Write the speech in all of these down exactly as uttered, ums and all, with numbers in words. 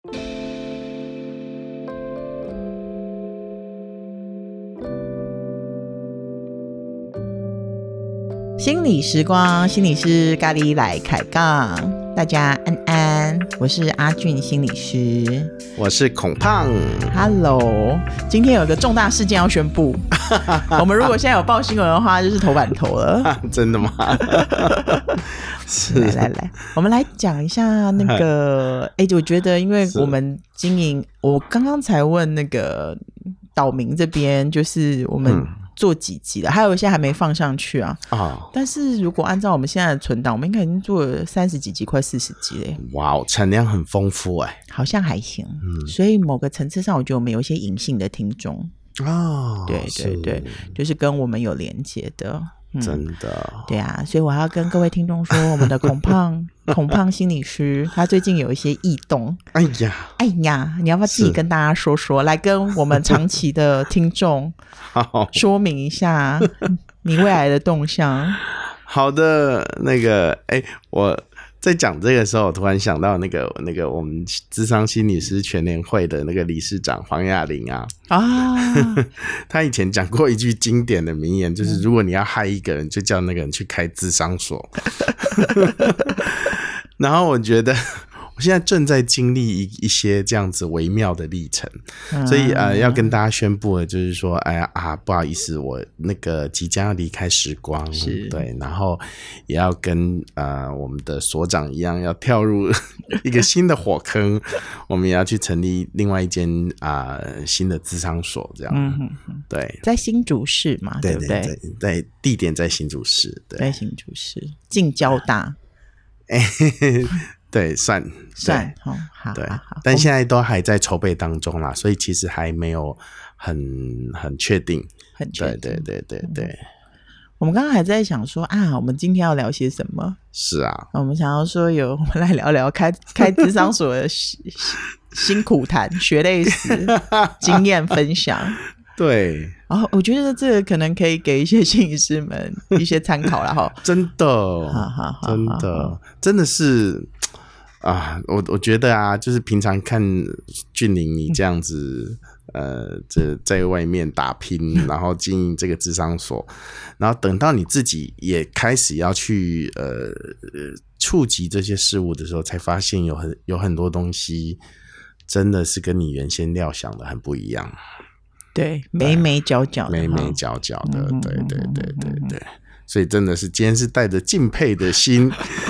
心理时光，心理师咖喱来开杠，大家安安，我是阿俊心理师， 我是孔胖。 Hello， 今天有个重大事件要宣布，我们如果现在有报新闻的话，就是头版头了。 真的吗？是， 来来来，我们来讲一下那个，哎，我觉得因为我们经营，我刚刚才问那个岛民这边，就是我们、嗯。做几集了，还有一些还没放上去啊。哦、但是如果按照我们现在的存档，我们应该已经做了三十几集，快四十集嘞。 哇，产量很丰富哎， 好像还行。嗯，所以某个层次上，我觉得我们有一些隐性的听众。哦，对对对，就是跟我们有连结的。嗯、 真的， 对啊，所以我要跟各位听众说，我们的孔胖孔胖心理师，他最近有一些异动。 哎呀， 哎呀，你要不要自己跟大家说说，来跟我们长期的听众说明一下你未来的动向？ 好的，那个，哎，我在讲这个时候，我突然想到那个那个我们諮商心理师全联会的那个理事长黄雅玲啊，啊，他以前讲过一句经典的名言，就是如果你要害一个人，就叫那个人去开諮商所。然后我觉得我现在正在经历 一, 一些这样子微妙的历程，嗯、所以呃，要跟大家宣布的就是说，哎呀啊，不好意思，我那个即将要离开时光，对，然后也要跟呃我们的所长一样，要跳入一个新的火坑，我们也要去成立另外一间啊、呃、新的諮商所，这样，嗯哼哼，对， 在新竹市嘛，对不对？ 对对对，在地点在新竹市，对， 在新竹市，近交大， 哎。对，算算，哦，好， 对， 好好， 但现在都还在筹备当中啦，所以其实还没有很很确定， 很确定， 对对对对对。嗯、 我们刚刚还在想说啊，我们今天要聊些什么？ 是啊， 我们想要说有，我们来聊聊开开諮商所的辛苦谈、血泪史、经验分享。 对， 然后我觉得这个可能可以给一些心理师们一些参考啦齁。 真的，真的，真的是啊，我我觉得啊，就是平常看俊霖你这样子，呃，这在外面打拼，然后经营这个諮商所，然后等到你自己也开始要去呃触及这些事物的时候，才发现有很有很多东西真的是跟你原先料想的很不一样。 对，眉眉角角的， 眉眉角角的，嗯、对对对对对，所以真的是今天是带着敬佩的心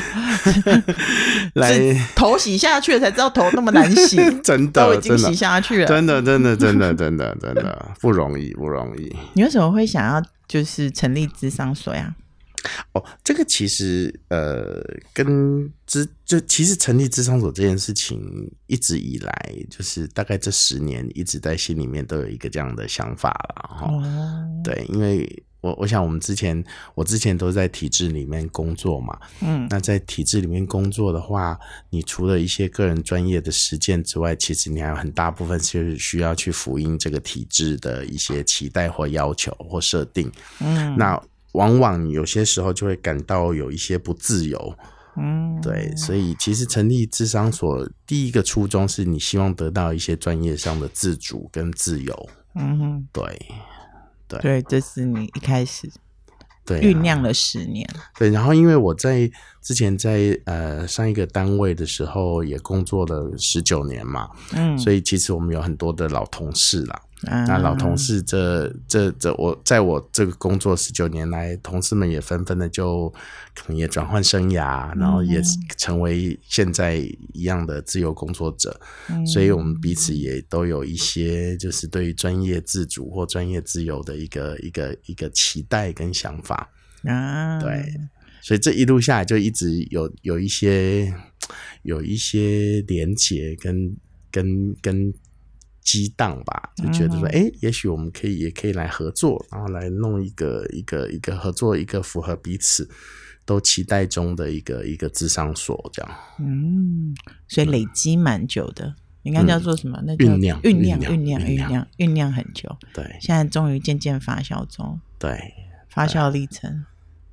来头洗下去了，才知道头那么难洗， 真的， 都已经洗下去了， 真的真的真的真的真的不容易不容易。 你为什么会想要就是成立諮商所呀？ 哦，这个其实呃，跟諮就其实成立諮商所这件事情，一直以来就是大概这十年一直在心里面都有一个这样的想法啦。哦，对，因为我我想我们之前我之前都在体制里面工作嘛，嗯，那在体制里面工作的话，你除了一些个人专业的实践之外，其实你还有很大部分是需要去符应这个体制的一些期待或要求或设定，嗯，那往往有些时候就会感到有一些不自由，嗯，对，所以其实成立諮商所第一个初衷是你希望得到一些专业上的自主跟自由，嗯哼，对对对，这是你一开始对酝酿了十年， 对，然后因为我在之前在呃上一个单位的时候也工作了十九年嘛，嗯，所以其实我们有很多的老同事啦。嗯、那老同事这这这我在我这个工作十九年来，同事们也纷纷的就可能也转换生涯，然后也成为现在一样的自由工作者，嗯、所以我们彼此也都有一些就是对于专业自主或专业自由的一个一个一个期待跟想法啊，对，所以这一路下来就一直有有一些有一些连结跟跟跟激荡吧，就觉得说，哎、嗯，也许我们可以也可以来合作，然后来弄一个一个一个合作，一个符合彼此都期待中的一个一个諮商所，这样。嗯， 所以累积蛮久的，嗯、应该叫做什么？那酝酿， 酝酿，酝酿，酝酿，酝酿很久。 对， 现在终于渐渐发酵中。 对， 发酵历程。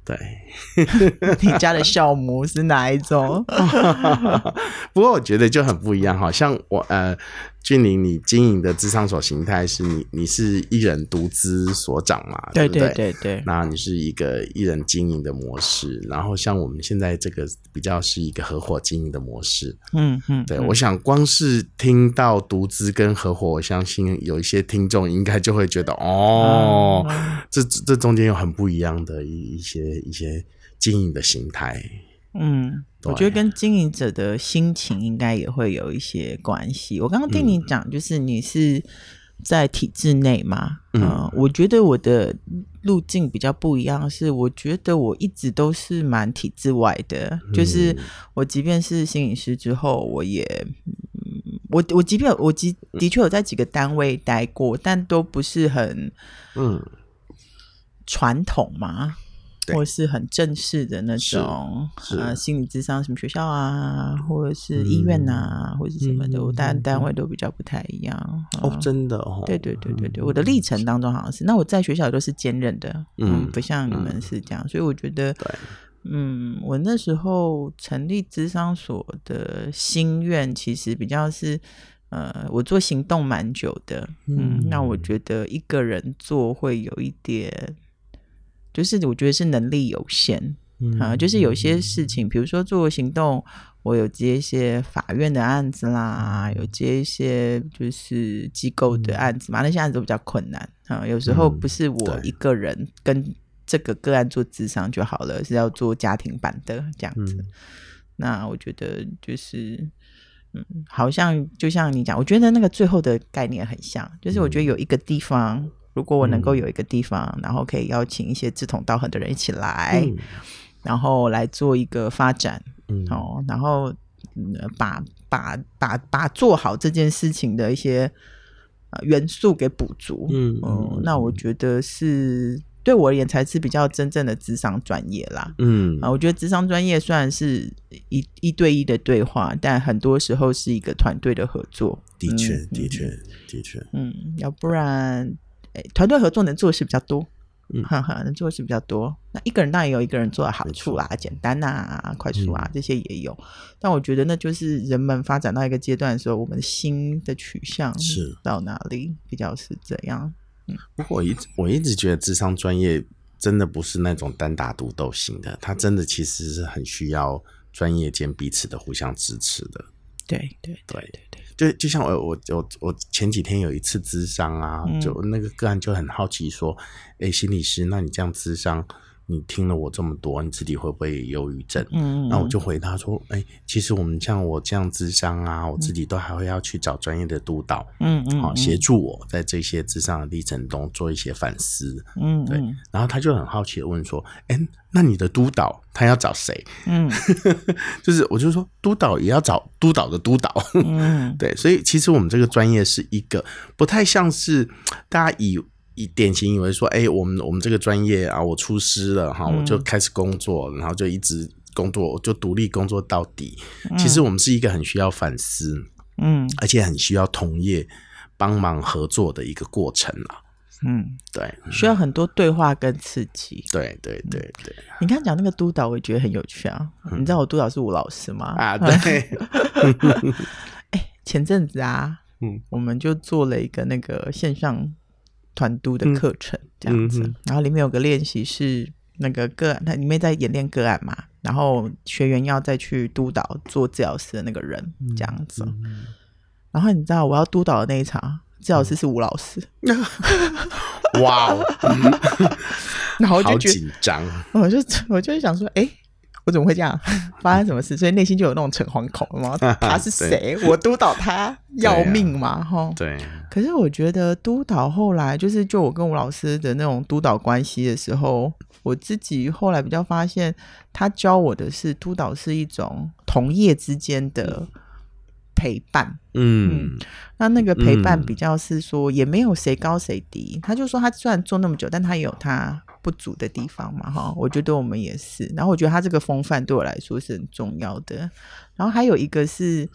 对， 你家的酵母是哪一种？ 不过我觉得就很不一样哈，像我呃，俊霖你经营的諮商所形态是你你是一人独资所长嘛， 对对不对对对， 那你是一个一人经营的模式，然后像我们现在这个比较是一个合伙经营的模式， 嗯嗯， 对， 嗯我想光是听到独资跟合伙，我相信有一些听众应该就会觉得哦，嗯、这这中间有很不一样的一一些一些经营的形态。 嗯，我觉得跟经营者的心情应该也会有一些关系。我刚刚听你讲，就是你是在体制内嘛，嗯、呃，我觉得我的路径比较不一样，是我觉得我一直都是蛮体制外的，嗯、就是我即便是心理师之后，我也，嗯、我我即便我的的确有在几个单位待过，但都不是很嗯传统嘛。或是很正式的那种呃心理諮商什么学校啊，或者是医院啊，嗯、或者是什么的，我单单位都比较不太一样。 哦，嗯、真的哦。 对对对对对，我的历程当中好像是，那我在学校都是兼任的，嗯，嗯不像你们是这样，所以我觉得，嗯，我那时候成立諮商所的心愿，其实比较是。呃，我做行动蛮久的，嗯，嗯那我觉得一个人做会有一点。就是我觉得是能力有限、嗯啊、就是有些事情比如说做行动我有接一些法院的案子啦，有接一些就是机构的案子嘛、嗯、那些案子都比较困难、啊、有时候不是我一个人跟这个个案做諮商就好了，是要做家庭版的这样子、嗯、那我觉得就是嗯，好像就像你讲，我觉得那个最后的概念很像，就是我觉得有一个地方如果我能够有一个地方、嗯、然后可以邀请一些志同道合的人一起来、嗯、然后来做一个发展、嗯哦、然后、嗯、把把把把做好这件事情的一些、呃、元素给补足、嗯嗯、那我觉得是对我而言才是比较真正的諮商专业啦。嗯、啊，我觉得諮商专业虽然是一一对一的对话，但很多时候是一个团队的合作。 的确、嗯、的确的确嗯，要不然团队合作能做的事比较多，嗯，哈哈，能做的事比较多。那一个人当然也有一个人做的好处啦，简单啊、快速啊、嗯、这些也有。但我觉得那就是人们发展到一个阶段的时候，我们新的取向是到哪里，比较是这样。嗯、 不过我一直我一直觉得諮商专业真的不是那种单打独斗型的，它真的其实是很需要专业间彼此的互相支持的。 对对对对对， 就就像我我我我前几天有一次諮商啊、嗯，就那个个案就很好奇说，哎，心理师，那你这样諮商，你听了我这么多，你自己会不会忧郁症？嗯，那我就回答说，哎，其实我们像我这样諮商啊，我自己都还会要去找专业的督导，嗯嗯，好、哦、协助我在这些諮商的历程中做一些反思，嗯，对。然后他就很好奇的问说，哎，那你的督导他要找谁？嗯，就是我就说督导也要找督导的督导，嗯，对。所以其实我们这个专业是一个不太像是大家以。以典型以为说，哎、欸，我们我们这个专业啊，我出师了哈、嗯，我就开始工作，然后就一直工作，就独立工作到底、嗯。其实我们是一个很需要反思，嗯，而且很需要同业帮忙合作的一个过程啦。嗯，对， 需要很多对话跟刺激。 对对对对。嗯、 你刚才讲那个督导，我也觉得很有趣啊。嗯、你知道我督导是吴老师吗？ 啊，对。 哎、欸，前阵子啊，嗯，我们就做了一个那个线上。团督的课程这样子、嗯、然后里面有个练习是那个个案，它里面在演练个案嘛，然后学员要再去督导做治疗师的那个人这样子、嗯、然后你知道我要督导的那一场治疗师是吴老师、 嗯、哇哦然后我就觉得好紧张， 我就我就想说哎、欸我怎么会这样？发生什么事？所以内心就有那种诚惶恐嘛。他是谁？我督导他要命嘛？哈。 对。 可是我觉得督导后来就是，就我跟吴老师的那种督导关系的时候，我自己后来比较发现，他教我的是督导是一种同业之间的陪伴。嗯, 嗯，那那个陪伴比较是说，也没有谁高谁低。他就说他虽然做那么久，但他也有他不足的地方嘛，哈，我觉得我们也是。然后我觉得他这个风范对我来说是很重要的。然后还有一个是，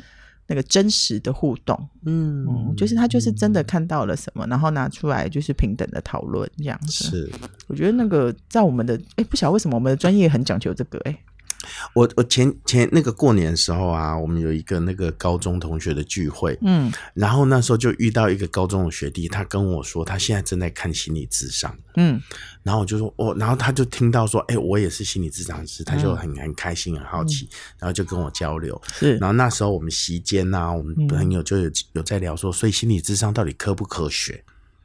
那个真实的互动，嗯嗯，就是他就是真的看到了什么，然后拿出来就是平等的讨论这样子。 是， 我觉得那个在我们的哎，不晓得为什么我们的专业很讲究这个哎。 我我前前那个过年的时候啊，我们有一个那个高中同学的聚会，嗯，然后那时候就遇到一个高中的学弟，他跟我说他现在正在看心理咨商，嗯，然后我就说哦，然后他就听到说，哎、欸，我也是心理咨商师，他就很很开心很好奇、嗯，然后就跟我交流，是，然后那时候我们席间啊，我们朋友就有有在聊说，所以心理咨商到底科不科学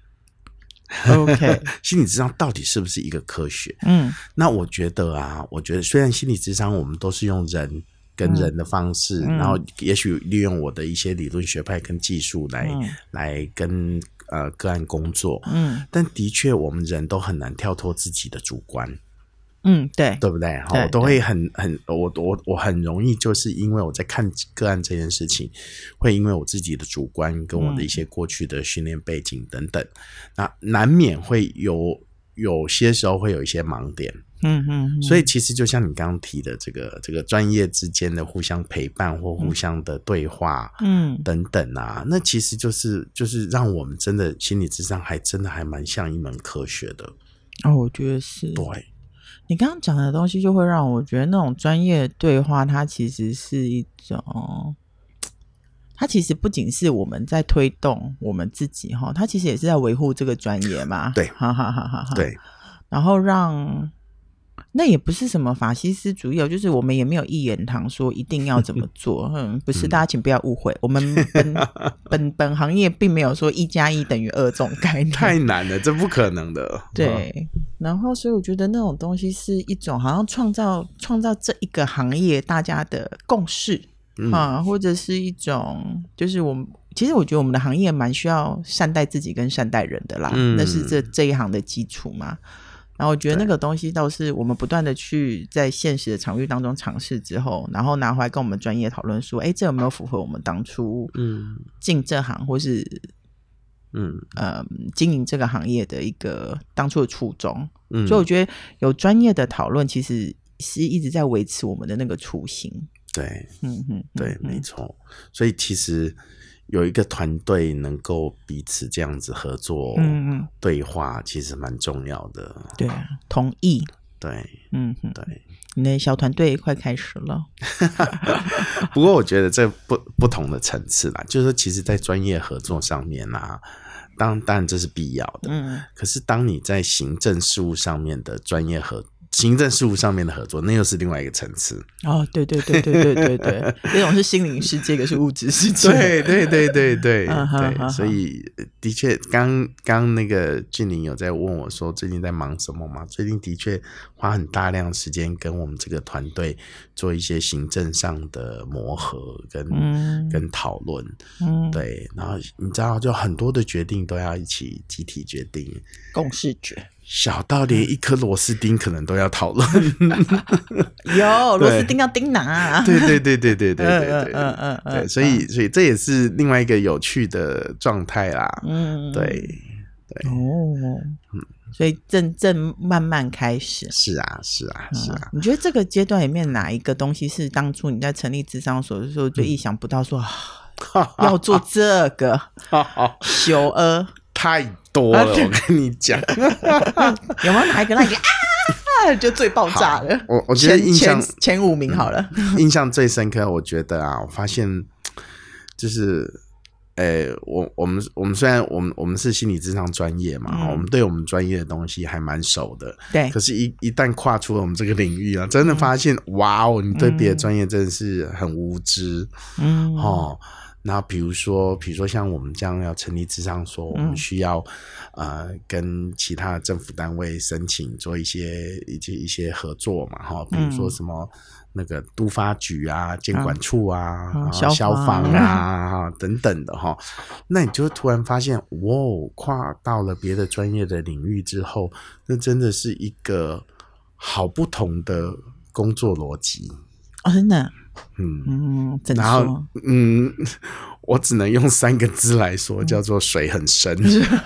？OK， 心理咨商到底是不是一个科学？嗯，那我觉得啊，我觉得虽然心理咨商我们都是用人跟人的方式，嗯、然后也许利用我的一些理论学派跟技术来、嗯、来跟呃个案工作，嗯，但的确我们人都很难跳脱自己的主观。 嗯，对， 对不对？我都会很很，我我我很容易就是因为我在看个案这件事情，会因为我自己的主观跟我的一些过去的训练背景等等，嗯、那难免会有有些时候会有一些盲点。嗯嗯，所以其实就像你刚刚提的这个这个专业之间的互相陪伴或互相的对话，嗯等等啊，那其实就是就是让我们真的心理咨商还真的还蛮像一门科学的。 哦，我觉得是。 对。 你刚刚讲的东西就会让我觉得那种专业对话它其实是一种，它其实不仅是我们在推动我们自己，它其实也是在维护这个专业嘛。 对， 哈哈哈哈。 对， 然后让那也不是什么法西斯主义，就是我们也没有一言堂说一定要怎么做。嗯，不是，大家请不要误会，我们本本本行业并没有说一加一等于二这种概念， 太难了，这不可能的。 对，然后所以我觉得那种东西是一种好像创造创造这一个行业大家的共识、嗯啊、或者是一种就是我们其实我觉得我们的行业蛮需要善待自己跟善待人的啦，嗯、那是这这一行的基础嘛。然后我觉得那个东西倒是我们不断的去在现实的场域当中尝试之后，然后拿回来跟我们专业讨论说，哎，这有没有符合我们当初进这行或是嗯呃经营这个行业的一个当初的初衷、嗯、所以我觉得有专业的讨论其实是一直在维持我们的那个初心。 对，嗯嗯，对，没错。所以其实有一个团队能够彼此这样子合作、嗯、对话，其实蛮重要的。 对，同意。 对， 嗯哼，对，你的小团队快开始了。 不过我觉得这不不同的层次啦，就是说，其实，在专业合作上面啊，当当然这是必要的。嗯，可是当你在行政事务上面的专业合行政事务上面的合作，那又是另外一个层次。 哦，对对对对对对对，这种是心灵世界，一个是物质世界。 对对对对对、啊、对，所以的确，刚刚那个俊霖有在问我说最近在忙什么吗？最近的确花很大量时间跟我们这个团队做一些行政上的磨合跟、嗯、跟讨论。嗯，对，然后你知道，就很多的决定都要一起集体决定， 共识决。 小到连一颗螺丝钉可能都要讨论。 有螺丝钉要钉哪？ 对对对对对对对对，嗯嗯嗯，对，所以所以这也是另外一个有趣的状态啦。嗯，对对哦，嗯，所以正正慢慢开始。 是啊是啊是啊、 嗯。你觉得这个阶段里面哪一个东西是当初你在成立諮商所的时候就意想不到说、嗯、要做这个？修儿太多了，我跟你讲。 有没有哪一个那一个啊就最爆炸了？ 我我觉得印象前, 前五名好了、 嗯、印象最深刻，我觉得啊，我发现就是诶、欸，我我们我们虽然我们我们是心理諮商专业嘛、嗯、我们对我们专业的东西还蛮熟的， 对， 可是一一旦跨出了我们这个领域啊，真的发现、嗯、哇哦，你对别的专业真的是很无知。嗯哦，然后比如说比如说像我们这样要成立諮商所，我们需要、嗯、呃跟其他政府单位申请做一些一些一些合作嘛，哈，比如说什么那个都发局啊、监管处啊、嗯、然后消防啊、嗯、等等的哈，那你就突然发现，哇，跨到了别的专业的领域之后，那真的是一个好不同的工作逻辑。 哦，真的。 嗯嗯，怎么说？然后嗯，我只能用三个字来说，叫做水很深。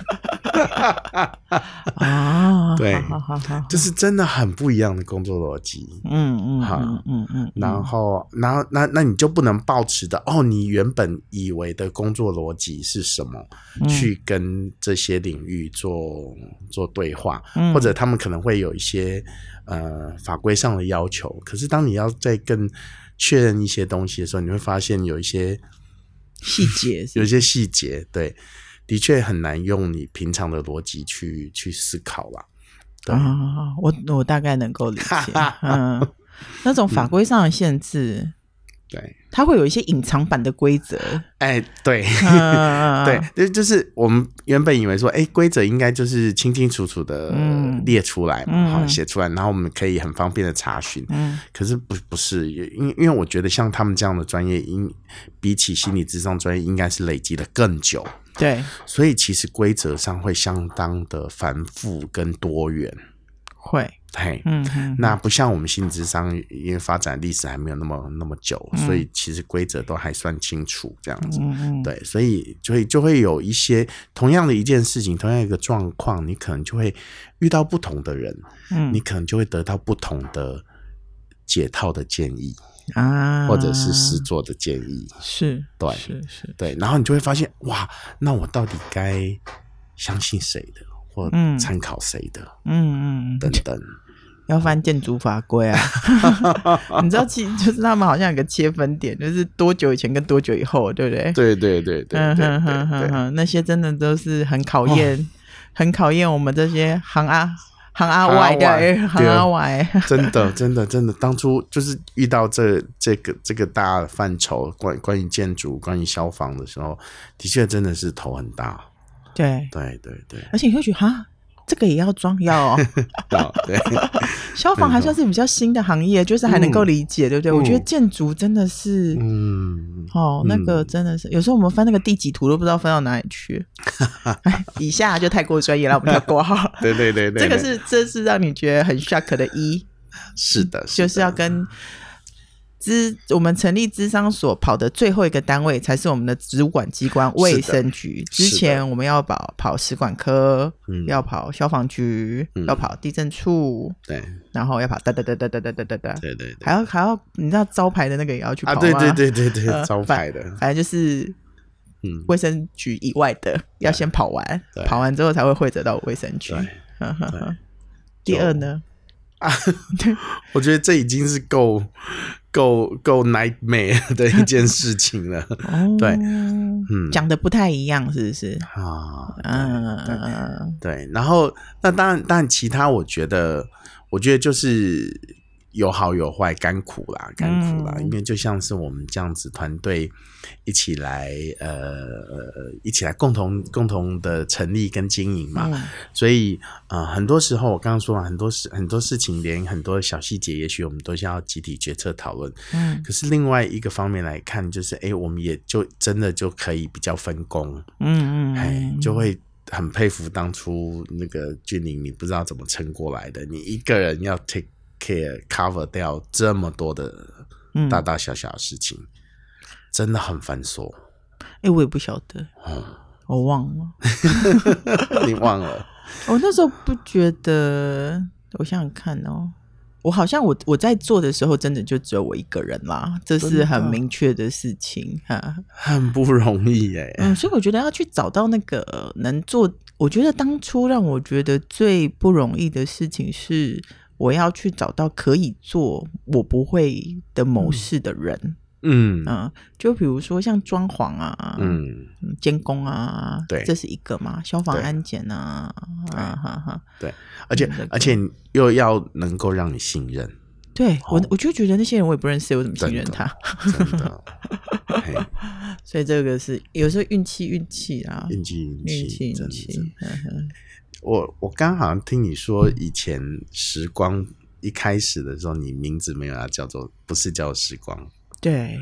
啊， 对， 好好好好， 就是真的很不一样的工作逻辑。 嗯嗯嗯嗯嗯， 然后，然后那那你就不能抱持的哦，你原本以为的工作逻辑是什么，嗯、去跟这些领域做做对话，嗯、或者他们可能会有一些呃法规上的要求，可是当你要再更确认一些东西的时候，你会发现有一些细节， 有一些细节，对，的确很难用你平常的逻辑去去思考啦。对啊，我我大概能够理解，嗯，那种法规上的限制。嗯对， 它会有一些隐藏版的规则， 哎，对，嗯、对，就是我们原本以为说，哎，规则应该就是清清楚楚的列出来嘛，好、嗯、写出来，然后我们可以很方便的查询。嗯，可是不不是，因因为我觉得像他们这样的专业，应比起心理咨商专业，应该是累积的更久。 对， 所以其实规则上会相当的繁复跟多元。 会， 嘿，嗯嗯，那不像我们心理咨商，因为发展历史还没有那么那么久，嗯、所以其实规则都还算清楚，这样子，嗯、对，所以就会就会有一些同样的一件事情，同样一个状况，你可能就会遇到不同的人，嗯，你可能就会得到不同的解套的建议啊，或者是实作的建议， 是， 对， 是是， 对，然后你就会发现，哇，那我到底该相信谁的？或参考谁的，嗯嗯，等等， 要翻建筑法规啊！你知道，其实就是他们好像有个切分点，就是多久以前跟多久以后，对不对？ 对对对对，嗯哼哼哼哼，那些真的都是很考验，哦、很考验我们这些行啊行啊外的行啊外， 真的真的真的，当初就是遇到这这个这个大范畴，关关于建筑、关于消防的时候，的确真的是头很大。 对对对对， 而且你会觉得哈，这个也要装要哦。 对， 消防还算是比较新的行业，就是还能够理解，嗯、对不对？嗯、我觉得建筑真的是，嗯，哦，那个真的是，有时候我们翻那个地籍图都不知道翻到哪里去。以下就太过专业了，我们跳过好了。 对对对对， 这个是这是让你觉得很 shock 的一， 是的， 就是要跟。资我们成立咨商所跑的最后一个单位才是我们的主管机关卫生局。之前我们要跑跑食管科、嗯、要跑消防局、嗯、要跑地震处， 对， 然后要跑哒哒哒哒哒哒哒哒哒， 对对对， 还要还要你知道招牌的那个也要去跑吗？ 啊，对对对对对，呃、招牌的， 反正就是嗯，卫生局以外的要先跑完，跑完之后才会汇总到卫生局。对对第二呢？ 啊，我觉得这已经是够够够 nightmare 的一件事情了。哦、对， 嗯，讲的不太一样，是不是？ 啊，嗯，对，对。然后，那当然，当然，其他我觉得，我觉得就是有好有坏，甘苦啦，甘苦啦。嗯、因为就像是我们这样子团队一起来，呃，一起来共同共同的成立跟经营嘛，嗯、所以呃，很多时候我刚刚说了很多事，很多事情，连很多小细节，也许我们都是要集体决策讨论。嗯，可是另外一个方面来看，就是哎，我们也就真的就可以比较分工。嗯嗯，哎，就会很佩服当初那个俊霖，你不知道怎么撑过来的，你一个人要 take care cover 掉这么多的大大小小的事情。嗯，真的很繁琐， 哎、欸，我也不晓得，嗯、我忘了， 你忘了？ 我那时候不觉得，我想想看哦，我好像我我在做的时候，真的就只有我一个人啦，这是很明确的事情哈， 很不容易耶。 嗯，所以我觉得要去找到那个能做，我觉得当初让我觉得最不容易的事情是，我要去找到可以做我不会的某事的人。嗯嗯嗯，就比如说像装潢啊，嗯，监工啊，对，这是一个嘛，消防安检啊，啊哈哈， 对，而且、嗯、而且又要能够让你信任， 对、哦、我我就觉得那些人我也不认识，我怎么信任他？ 真的， 所以这个是有时候运气运气啊， 运气运气运气。 我我刚好像听你说，以前时光一开始的时候，你名字没有要叫做，不是叫时光。 对，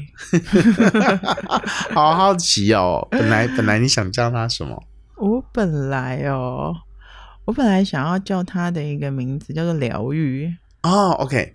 好好奇哦。本来本来你想叫他什么？ 我本来哦，我本来想要叫他的一个名字叫做疗愈。 哦 ，OK，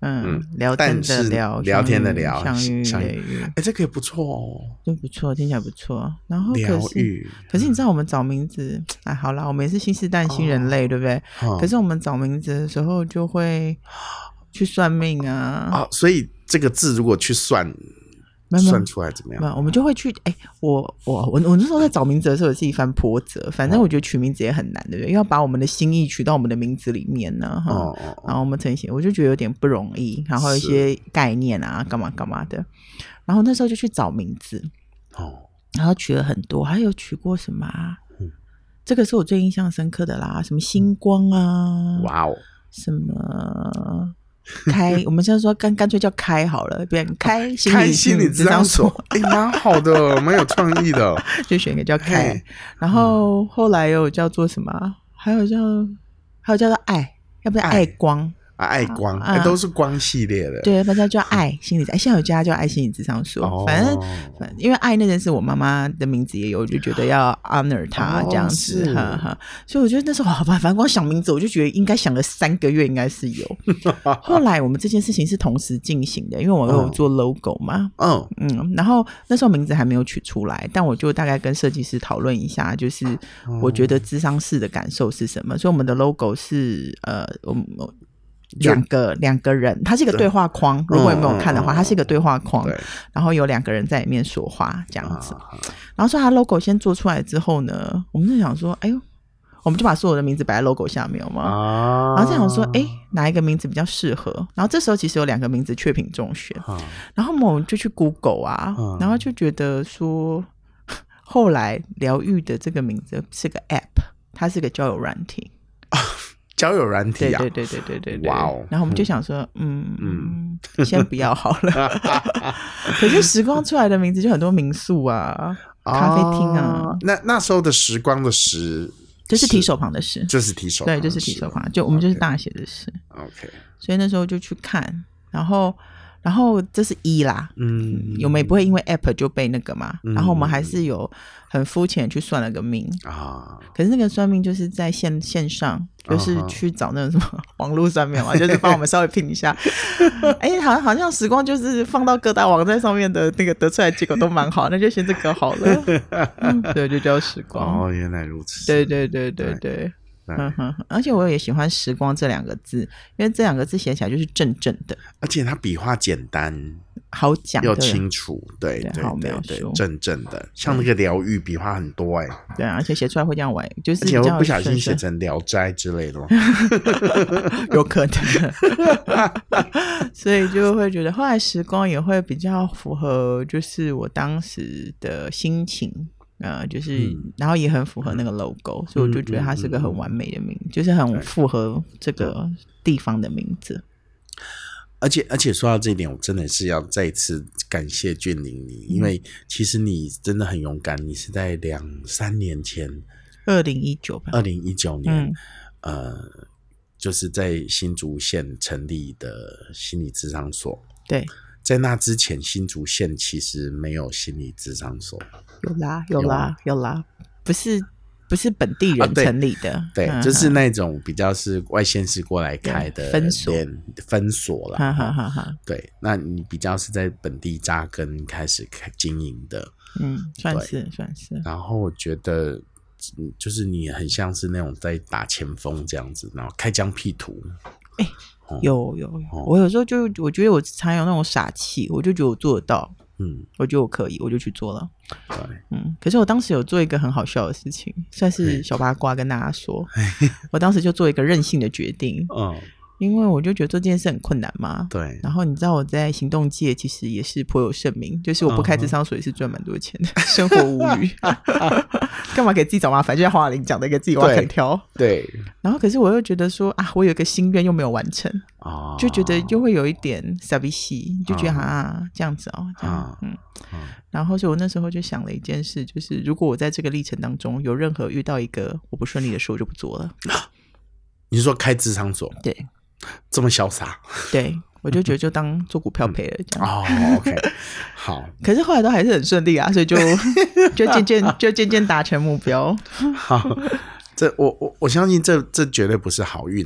嗯，聊天的聊， 聊天的聊， 相遇类遇， 哎，这个也不错哦， 就不错，听起来不错。然后可疗是愈， 可是你知道我们找名字，哎，好啦，我们也是新世代新人类，哦、对不对、哦？可是我们找名字的时候就会去算命啊， 哦，所以这个字如果去算。算出来怎么样？ 我们就会去哎、欸，我我我我那时候在找名字的时候也是一番波折。反正我觉得取名字也很难，对不对？要把我们的心意取到我们的名字里面呢。哦哦、然后我们呈现，我就觉得有点不容易。然后一些概念啊，干嘛干嘛的。然后那时候就去找名字，哦，然后取了很多，还有取过什么啊？嗯、这个是我最印象深刻的啦，什么星光啊， 哇哦， 什么。开，我们现在说干干脆叫开好了，别开心理心理咨商所，哎，蛮好的，蛮有创意的， 就选一个叫开，然后后来又叫做什么？还有叫还有叫做爱，要不要爱光？ 啊，爱光、啊欸、都是光系列的， 对，大家叫爱心理，哎，现在有家叫爱心理咨商所、哦，反正反正因为爱那件事，我妈妈的名字也有，我就觉得要 honor 她、哦、这样子，哈哈。所以我觉得那时候好吧，反正光想名字，我就觉得应该想了三个月，应该是有。后来我们这件事情是同时进行的，因为我有做 logo 嘛，嗯嗯，然后那时候名字还没有取出来，但我就大概跟设计师讨论一下，就是我觉得咨商室的感受是什么，所以我们的 logo 是呃，我们。两个两个人，它是一个对话框。如果有没有看的话，它是一个对话框，然后有两个人在里面说话这样子。然后说他 logo 先做出来之后呢，我们就想说，哎呦，我们就把所有的名字摆在 logo 下面，有吗？啊、然后就想说，哎，哪一个名字比较适合？然后这时候其实有两个名字确评中选，啊、然后我们就去 Google 啊，啊然后就觉得说，后来疗愈的这个名字是个 app， 它是个交友软体。 交友软体啊， 对对对对对对，哇哦！然后我们就想说，嗯嗯，先不要好了。可是时光出来的名字就很多民宿啊、咖啡厅啊。 哦、那那时候的时光的时， 就是提手旁的时， 就是提手旁的对，就是提手旁，就我们就是大写的时。 OK， 所以那时候就去看，然后。然后这是一啦，嗯，我们也不会因为 app 就被那个嘛、嗯，然后我们还是有很肤浅去算了个命啊。可是那个算命就是在线线上，就是去找那种什么网络算命嘛，就是帮我们稍微拼一下。哎，好像好像时光就是放到各大网站上面的那个得出来的结果都蛮好，那就先这个好了。嗯、对，就叫时光。 哦，原来如此。 对对对对对。对嗯哼，而且我也喜欢时光这两个字，因为这两个字写起来就是正正的， 而且它笔画简单好讲又清楚，对 对 对, 对好描对对正正的，像那个疗愈笔画很多哎、欸， 对啊，而且写出来会这样玩，就是而且我不小心写成聊斋之类的有可能所以就会觉得后来时光也会比较符合就是我当时的心情呃，就是、嗯，然后也很符合那个 logo，、嗯、所以我就觉得它是个很完美的名字、嗯，就是很符合这个地方的名字。 而且，而且说到这一点，我真的是要再一次感谢俊霖你、嗯，因为其实你真的很勇敢，你是在两三年前， 二零一九吧， 二零一九年、嗯，呃，就是在新竹县成立的心理咨商所， 对。 在那之前，新竹县其实没有心理咨商所。 有啦，有啦，有啦，不是不是本地人成立的，啊、 对，对就是那种比较是外县市过来开的分所， 分所啦。 哈哈哈哈对，那你比较是在本地扎根开始开经营的， 嗯，算是算是。 然后我觉得，就是你很像是那种在打前锋这样子，然后开疆辟土。 哎、欸，有有有、哦，我有时候就我觉得我常有那种傻气，我就觉得我做得到，嗯，我觉得我可以，我就去做了，对，嗯。可是我当时有做一个很好笑的事情，算是小八卦跟大家说，我当时就做一个任性的决定，嗯。因为我就觉得做这件事很困难嘛， 对。 然后你知道我在行动界其实也是颇有盛名，就是我不开咨商所也是赚蛮多钱的，嗯、生活无虞，干嘛给自己找麻烦？就像黄雅玲讲的，给自己挖坑挑。对。然后可是我又觉得说啊，我有一个心愿又没有完成，哦、就觉得又会有一点傻逼戏，就觉得啊这样子哦，这样、哦、嗯。然后所以我那时候就想了一件事，就是如果我在这个历程当中有任何遇到一个我不顺利的事，我就不做了。 你是说开咨商所？ 对。 这么潇洒， 对，我就觉得就当做股票赔了这样。 哦 ，OK， 好。 可是后来都还是很顺利啊，所以就就渐渐就渐渐达成目标。 好，这我我我相信这这绝对不是好运的，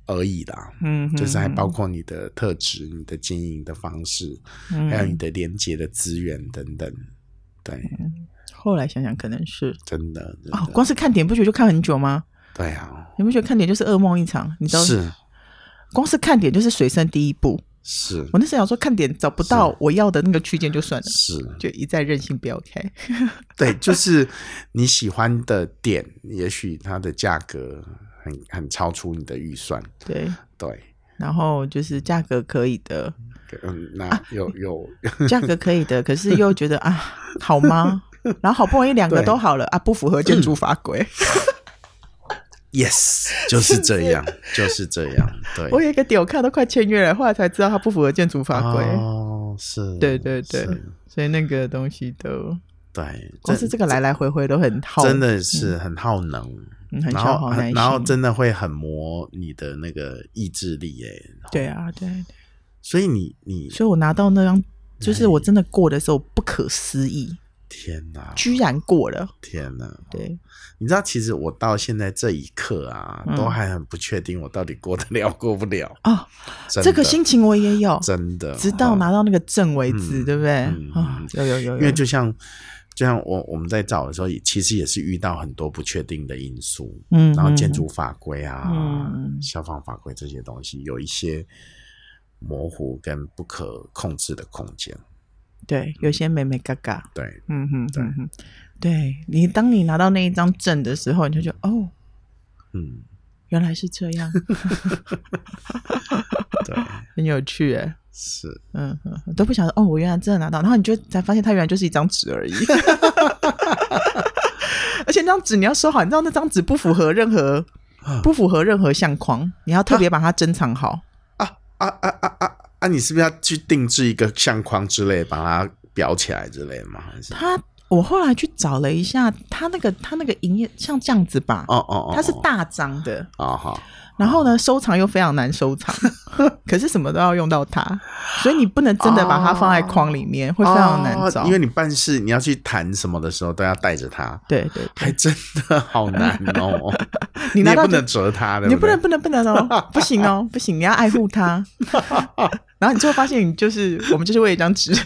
而已啦， 嗯， 就是还包括你的特质、你的经营的方式，嗯、还有你的连接的资源等等。对、 嗯，后来想想可能是真的，真的哦，光是看点不觉得就看很久吗？ 对啊， 你不觉得看点就是噩梦一场？你知道是， 光是看点就是水深第一步。 是我那时候想说看点找不到我要的那个区间就算了， 是就一再任性不要开。 对，就是你喜欢的点，也许它的价格很很超出你的预算。 对对， 然后就是价格可以的， 嗯，那有、啊、有价格可以的，可是又觉得啊，好吗？然后好不容易两个都好了啊，不符合建筑法规。 Yes， 就是这样，就是这样。对， 我有一个点，我看都快签约了，后来才知道它不符合建筑法规。 哦，是， 对对对，所以那个东西都对， 光是这个来来回回都很耗， 真的是很耗能， 嗯、很消耗耐心， 然后真的会很磨你的那个意志力耶。 对啊，对对。 所以你你， 所以我拿到那张，就是我真的过的时候不可思议。 天哪！ 居然过了！ 天哪！ 对， 你知道，其实我到现在这一刻啊，嗯、都还很不确定我到底过得了过不了哦。这个心情我也有， 真的， 直到拿到那个证为止，嗯、对不对？啊、 嗯哦，有有有有， 因为就像就像我我们在找的时候，其实也是遇到很多不确定的因素，嗯，然后建筑法规啊、嗯、消防法规这些东西有一些模糊跟不可控制的空间。 对，有些美美嘎嘎。 对， 嗯哼，对，嗯哼，对你，当你拿到那一张证的时候，你就觉得哦， 嗯， 原来是这样， 对， 很有趣哎， 是， 嗯哼，都不想说哦，我原来真的拿到，然后你就才发现它原来就是一张纸而已，而且那张纸你要收好，你知道那张纸不符合任何不符合任何相框，你要特别把它珍藏好。 啊啊啊啊啊！啊，你是不是要去定制一个相框之类，把它裱起来之类吗？还是他，我后来去找了一下，他那个他那个营业像这样子吧， 哦哦哦， 它是大张的哦好， 然后呢，收藏又非常难收藏，可是什么都要用到它，所以你不能真的把它放在框里面，哦、会非常难找、 哦。因为你办事你要去谈什么的时候都要带着它， 对 对, 对， 还真的好难哦。你, 你也不能折它的， 你不能不能不能哦，不行哦，不行，你要爱护它。然后你就会发现，你就是我们就是为一张纸。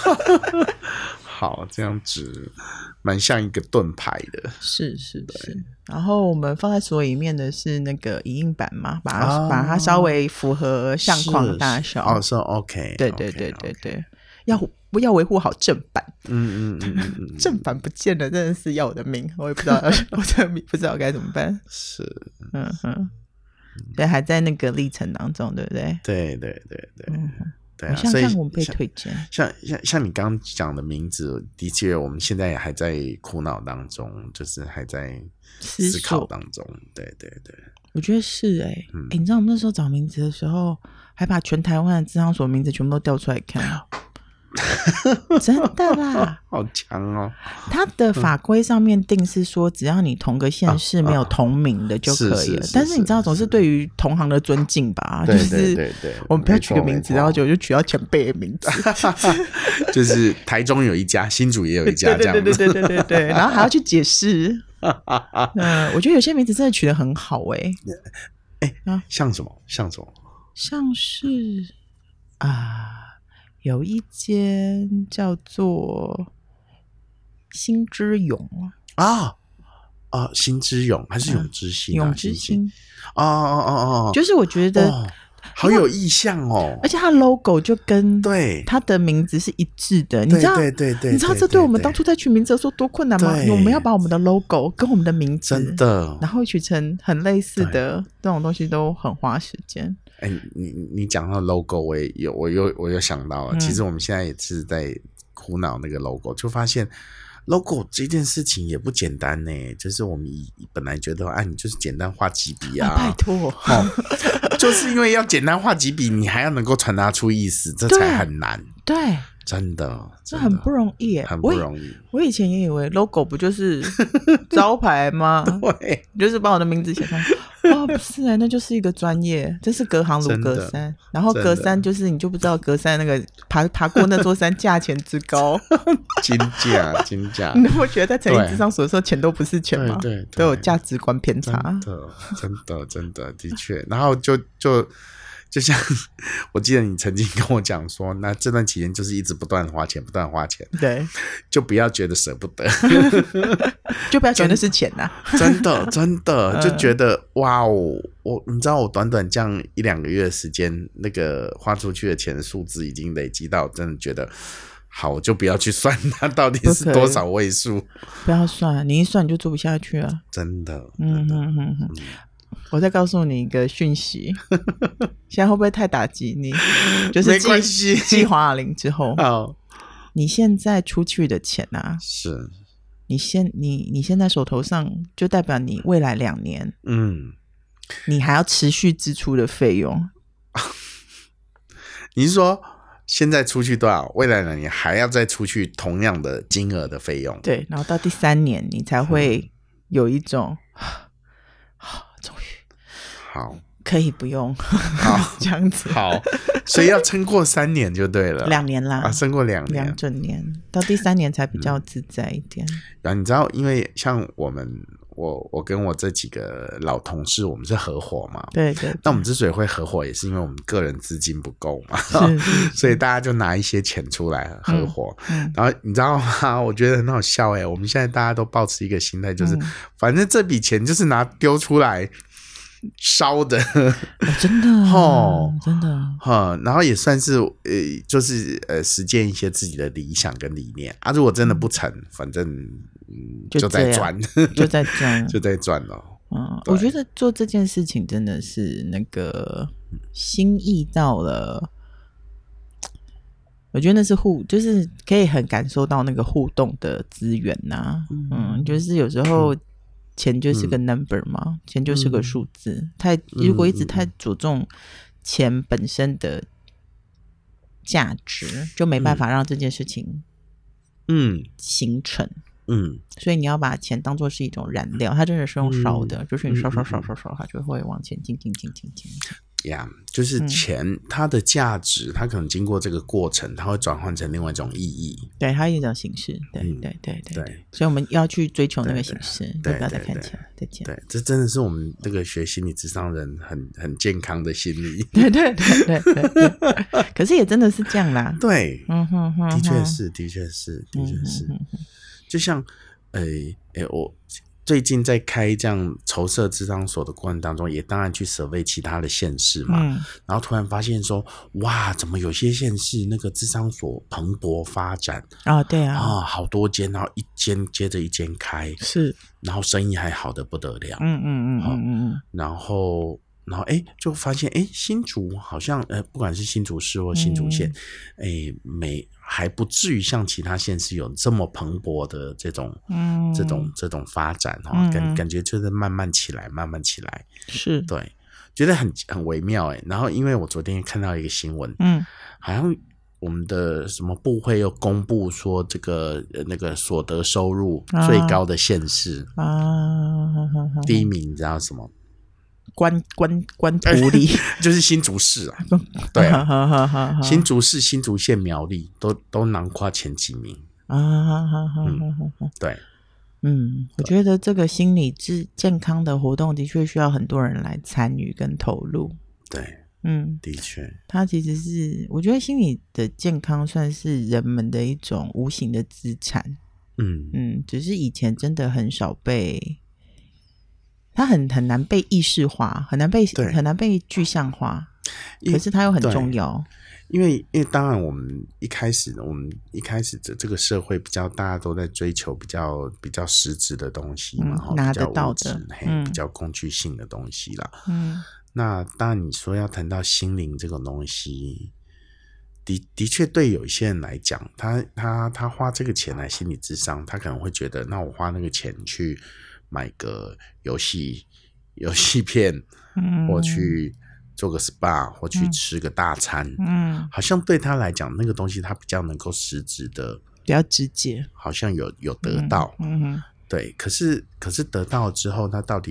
好，这样纸蛮像一个盾牌的， 是是是。然后我们放在所里面的是那个影印版嘛，把它、哦、把它稍微符合相框大小。 哦，是 OK。 对对对对对， okay, okay. 要不要维护好正版？ 嗯嗯嗯嗯嗯， 正版不见了，真的是要我的命，我也不知道，我真的不知道该怎么办。 是， 嗯哼。对，还在那个历程当中，对不对？ 对对对对，嗯、对、啊。 我想看我们被推荐， 像像像你刚刚讲的名字，的确，我们现在也还在苦恼当中，就是还在思考当中。对对对， 我觉得是哎、欸，嗯欸、你知道我们那时候找名字的时候，还把全台湾的治疗所名字全部都调出来看。真的啦， 好强哦！ 他的法规上面定是说，只要你同个县市没有同名的就可以了。啊啊、但是你知道，总是对于同行的尊敬吧， 对就是对对， 我们不要取个名字，然后就就取到前辈的名字。 就是台中有一家，新竹也有一家，这样子。 对对对对对对对，然后还要去解释。嗯，我觉得有些名字真的取得很好哎、欸。 哎、欸啊，像什么？像什么？ 像是啊。有一间叫做新之永啊啊，新之永还是永之星、啊？ 永之星哦哦哦哦， 就是我觉得、 哦、好有意象哦， 而且它 logo 就跟对它的名字是一致的，你知道？ 对对 对, 对， 你知道这对我们当初在取名字的时候多困难吗？我们要把我们的 logo 跟我们的名字真的， 然后取成很类似的这种东西都很花时间。 哎、欸，你你讲到 logo， 我也有，我又我又想到了、嗯，其实我们现在也是在苦恼那个 logo， 就发现 logo 这件事情也不简单呢。就是我们本来觉得，啊，你就是简单画几笔啊， 啊拜托、 哦，就是因为要简单画几笔，你还要能够传达出意思，这才很难。 对。 真的， 这很不容易耶， 很不容易。 我, 我以前也以为 logo 不就是招牌吗？ 对， 就是把我的名字写上。 哦，不是、欸、那就是一个专业，这是隔行如隔山，然后隔山就是你就不知道隔山那个爬爬过那座山价钱之高， 金价金价， 你有没有觉得在成立智商所的时候钱都不是钱吗？ 对 对, 对， 都有价值观偏差， 真的真的真的的确，然后就就就像我记得你曾经跟我讲说，那这段期间就是一直不断花钱不断花钱， 对， 就不要觉得舍不得就不要觉得是钱啊， 真的真的就觉得哇哦，我你知道我短短这样一两个月的时间，那个花出去的钱的数字已经累积到真的觉得好，我就不要去算它到底是多少位数， 不要算，你一算你就做不下去了， 真的， 嗯哼哼哼。我再告诉你一个讯息，现在会不会太打击你？就是没关系， 继黄雅玲之后， 好， 你现在出去的钱啊， 是你现你你现在手头上，就代表你未来两年， 嗯， 你还要持续支出的费用。 你是说现在出去多少，未来两年还要再出去同样的金额的费用？ 对，然后到第三年你才会有一种。终于好， 可以不用好这样子， 好，所以要撑过三年就对了， 两年啦， 啊，撑过两年， 两整年，到第三年才比较自在一点。 嗯、然后你知道，因为像我们，我我跟我这几个老同事，我们是合伙嘛， 对 对, 对。 那我们之所以会合伙，也是因为我们个人资金不够嘛， 是是是所以大家就拿一些钱出来合伙。 嗯嗯、 然后你知道吗？我觉得很好笑哎、欸，我们现在大家都抱持一个心态，就是、嗯、反正这笔钱就是拿丢出来。烧的、 哦、真的哦，真的哈，然后也算是呃，就是呃，实践一些自己的理想跟理念啊。如果真的不成，嗯、反正嗯，就在赚， 就在赚， 就在赚了。 嗯，我觉得做这件事情真的是那个心意到了，我觉得那是互，就是可以很感受到那个互动的资源呐、啊。嗯, 嗯，就是有时候。嗯钱就是个 number 嘛、嗯、钱就是个数字、嗯、太如果一直太着重钱本身的价值、嗯、就没办法让这件事情嗯形成嗯，所以你要把钱当作是一种燃料，它真的是用烧的、嗯、就是你烧烧烧烧烧它就会往前进进进进进呀、yeah, 就是钱、嗯、它的价值它可能经过这个过程它会转换成另外一种意义， 对，它有一种形式，对、嗯、对对 对, 对，所以我们要去追求那个形式，对对对，不要再看钱再见， 对，这真的是我们这个学心理咨商人很很健康的心理， 对对对对 对, 对可是也真的是这样啦， 对，嗯哼哼，的确是的确是的确是、嗯、哼哼就像呃诶我最近在开这样筹设咨商所的过程当中，也当然去 survey 其他的县市嘛、嗯、然后突然发现说，哇，怎么有些县市那个咨商所蓬勃发展啊、哦？对啊， 啊，好多间，然后一间接着一间开， 是， 然后生意还好得不得了， 嗯嗯嗯嗯嗯嗯， 然后。然后哎，就发现哎，新竹好像呃，不管是新竹市或新竹县，哎、嗯，没还不至于像其他县市有这么蓬勃的这种，嗯，这种这种发展哈、哦，感、嗯、感觉就是慢慢起来，慢慢起来， 是对，觉得很很微妙哎。然后因为我昨天看到一个新闻， 嗯， 好像我们的什么部会又公布说这个那个所得收入最高的县市啊，啊第一名你知道什么？ 关关关埔里就是新竹市啊，对啊，新竹市、新竹县、苗栗都都囊括前几名啊、嗯，对， 嗯，我觉得这个心理健健康的活动的确需要很多人来参与跟投入， 对， 嗯， 的确， 它其实是我觉得心理的健康算是人们的一种无形的资产，嗯嗯，只是以前真的很少被。它很很难被意识化，很难被很难被具象化，可是它又很重要。 因为因为当然我们一开始我们一开始这这个社会比较大家都在追求比较比较实质的东西嘛， 嗯、拿得到的， 嗯，比较工具性的东西啦。嗯，那当然你说要谈到心灵这种东西，的的确对有一些人来讲，他他他花这个钱来心理咨商，他可能会觉得，那我花那个钱去。买个游戏游戏片、嗯、或去做个 S P A 或去吃个大餐、嗯、好像对他来讲那个东西他比较能够实质的比较直接， 好像有有得到、嗯嗯、对，可是可是得到之后他到底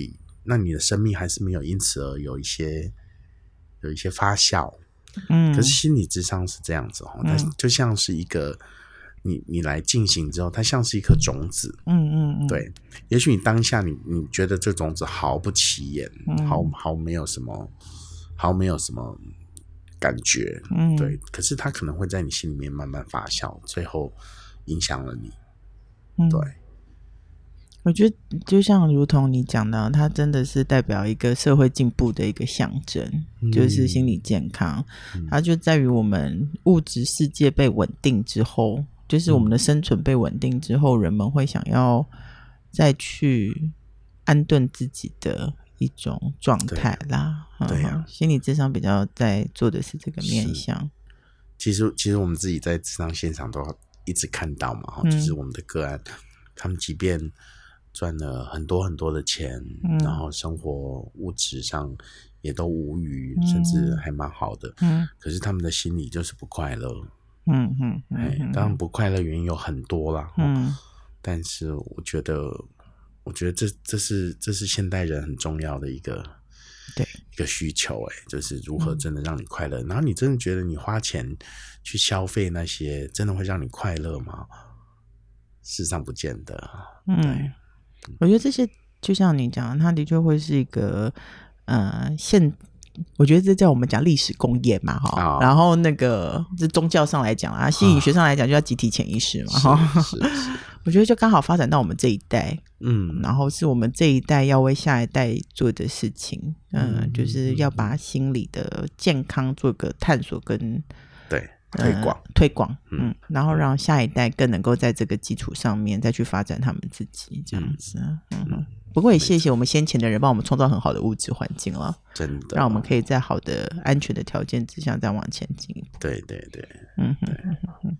那你的生命还是没有因此而有一些有一些发酵。 嗯， 可是心理咨商是这样子哦，它就像是一个你你来进行之后，它像是一颗种子。 嗯嗯嗯， 对，也许你当下你你觉得这种子毫不起眼，嗯、毫毫没有什么，毫没有什么感觉。嗯，对，可是它可能会在你心里面慢慢发酵，最后影响了你。嗯、对。 我觉得就像如同你讲的，它真的是代表一个社会进步的一个象征，嗯、就是心理健康。嗯、它就在于我们物质世界被稳定之后，就是我们的生存被稳定之后，嗯、人们会想要再去安顿自己的一种状态啦。 对呀、啊， 心理咨商比较在做的是这个面向。 其实，其实我们自己在咨商现场都一直看到嘛，嗯、就是我们的个案，他们即便赚了很多很多的钱，嗯、然后生活物质上也都无余，嗯、甚至还蛮好的。嗯、可是他们的心里就是不快乐。嗯嗯嗯，当然不快乐原因有很多啦。嗯，但是我觉得，我觉得这这是这是现代人很重要的一个对一个需求，哎，就是如何真的让你快乐。嗯、然后你真的觉得你花钱去消费那些，真的会让你快乐吗？事实上不见得。嗯，对。 我觉得这些就像你讲，它的确会是一个呃现，我觉得这叫我们讲历史工业嘛哈。Oh. 然后那个这宗教上来讲啊，心理学上来讲就叫集体潜意识嘛哈。是是是我觉得就刚好发展到我们这一代，嗯，然后是我们这一代要为下一代做的事情，嗯，嗯就是要把心理的健康做个探索跟对。推广、 呃、推广，嗯，然后让下一代更能够在这个基础上面再去发展他们自己，这样子。嗯嗯、不过也谢谢我们先前的人帮我们创造很好的物质环境了， 真的， 让我们可以在好的、安全的条件之下再往前进。 对对对， 嗯哼嗯哼，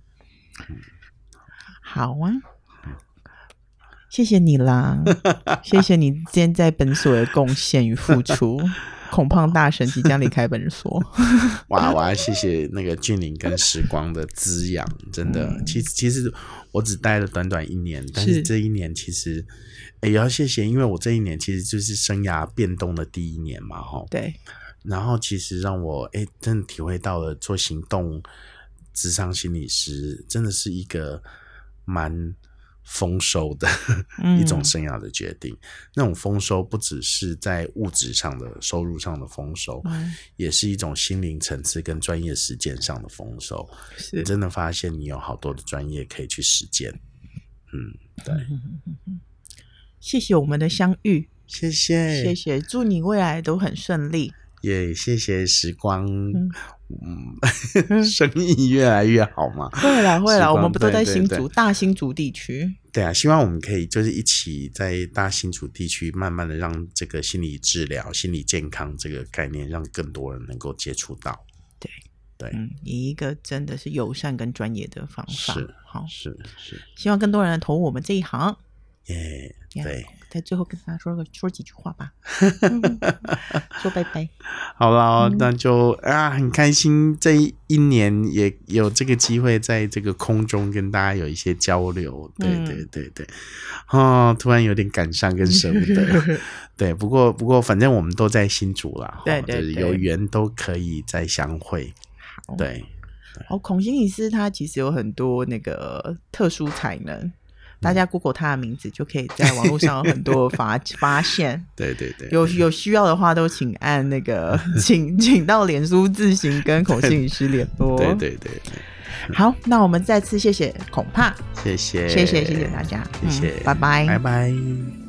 好啊，谢谢你啦，谢谢你今天在本所的贡献与付出。孔胖大神即将离开本所哇，我要谢谢那个俊霖跟时光的滋养，真的、嗯、其实其实我只待了短短一年，但是这一年其实也要谢谢，因为我这一年其实就是生涯变动的第一年嘛， 对，然后其实让我哎真的体会到了做行动諮商心理师真的是一个蛮丰收的一种生涯的决定、嗯、那种丰收不只是在物质上的收入上的丰收、嗯、也是一种心灵层次跟专业实践上的丰收，你真的发现你有好多的专业可以去实践。嗯，对， 谢谢我们的相遇， 谢谢谢谢，祝你未来都很顺利， 也谢谢时光，嗯嗯、生意越来越好嘛。 会啦会啦，我们不都在新竹大新竹地区？ 对啊，希望我们可以就是一起在大新竹地区慢慢的让这个心理治疗、心理健康这个概念让更多人能够接触到。 对对、 嗯，以一个真的是友善跟专业的方法， 是好是是， 希望更多人投入我们这一行。 耶、yeah, 对， 在最后跟大家说个说几句话吧、嗯、说拜拜。 好了、嗯、那就啊很开心这一年也有这个机会在这个空中跟大家有一些交流，对对对对、嗯、哦，突然有点感伤跟舍不得对，不过不过反正我们都在新竹啦， 对对对， 就是有缘都可以再相会。对， 哦，孔心理师他其实有很多那个特殊才能，大家 Google 他的名字就可以在网络上有很多发发现。 对对对， 有有需要的话都请按那个请请到脸书自行跟孔心理师联络。 对对对对， 好，那我们再次谢谢孔胖， 谢谢谢谢谢谢大家， 谢谢、 嗯、拜拜拜拜。